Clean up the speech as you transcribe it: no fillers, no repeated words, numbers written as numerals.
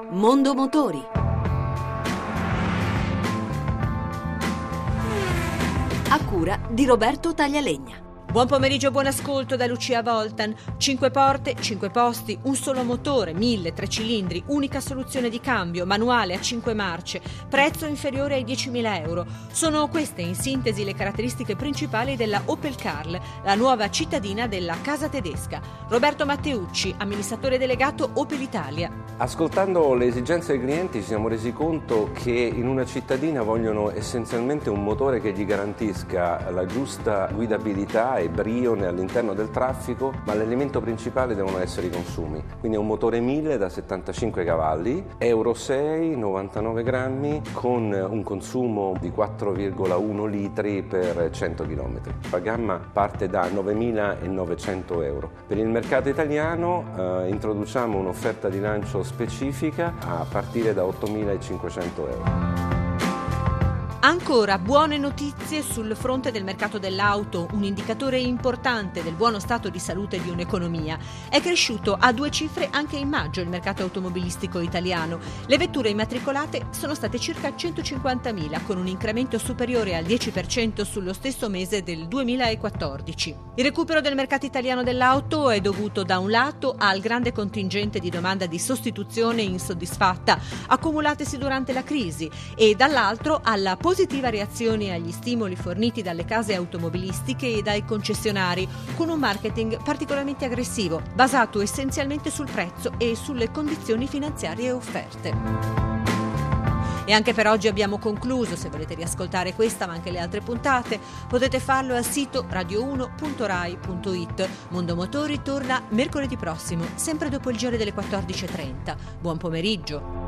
Mondo Motori. A cura di Roberto Taglialegna. Buon pomeriggio, buon ascolto da Lucia Voltan. 5 porte, 5 posti, un solo motore, 1003 cilindri, unica soluzione di cambio, manuale a 5 marce, prezzo inferiore ai 10.000 euro. Sono queste in sintesi le caratteristiche principali della Opel Karl, la nuova cittadina della casa tedesca. Roberto Matteucci, amministratore delegato Opel Italia. Ascoltando le esigenze dei clienti ci siamo resi conto che in una cittadina vogliono essenzialmente un motore che gli garantisca la giusta guidabilità e brio all'interno del traffico, ma l'elemento principale devono essere i consumi. Quindi è un motore 1000 da 75 cavalli, Euro 6, 99 grammi, con un consumo di 4,1 litri per 100 km. La gamma parte da 9.900 euro. Per il mercato italiano introduciamo un'offerta di lancio specifica a partire da 8.500 euro. Ancora buone notizie sul fronte del mercato dell'auto, un indicatore importante del buono stato di salute di un'economia. È cresciuto a 2 cifre anche in maggio il mercato automobilistico italiano. Le vetture immatricolate sono state circa 150.000, con un incremento superiore al 10% sullo stesso mese del 2014. Il recupero del mercato italiano dell'auto è dovuto da un lato al grande contingente di domanda di sostituzione insoddisfatta accumulatesi durante la crisi e dall'altro alla positiva reazione agli stimoli forniti dalle case automobilistiche e dai concessionari, con un marketing particolarmente aggressivo, basato essenzialmente sul prezzo e sulle condizioni finanziarie offerte. E anche per oggi abbiamo concluso. Se volete riascoltare questa ma anche le altre puntate potete farlo al sito radio1.rai.it. Mondo Motori torna mercoledì prossimo, sempre dopo il giro delle 14.30. Buon pomeriggio.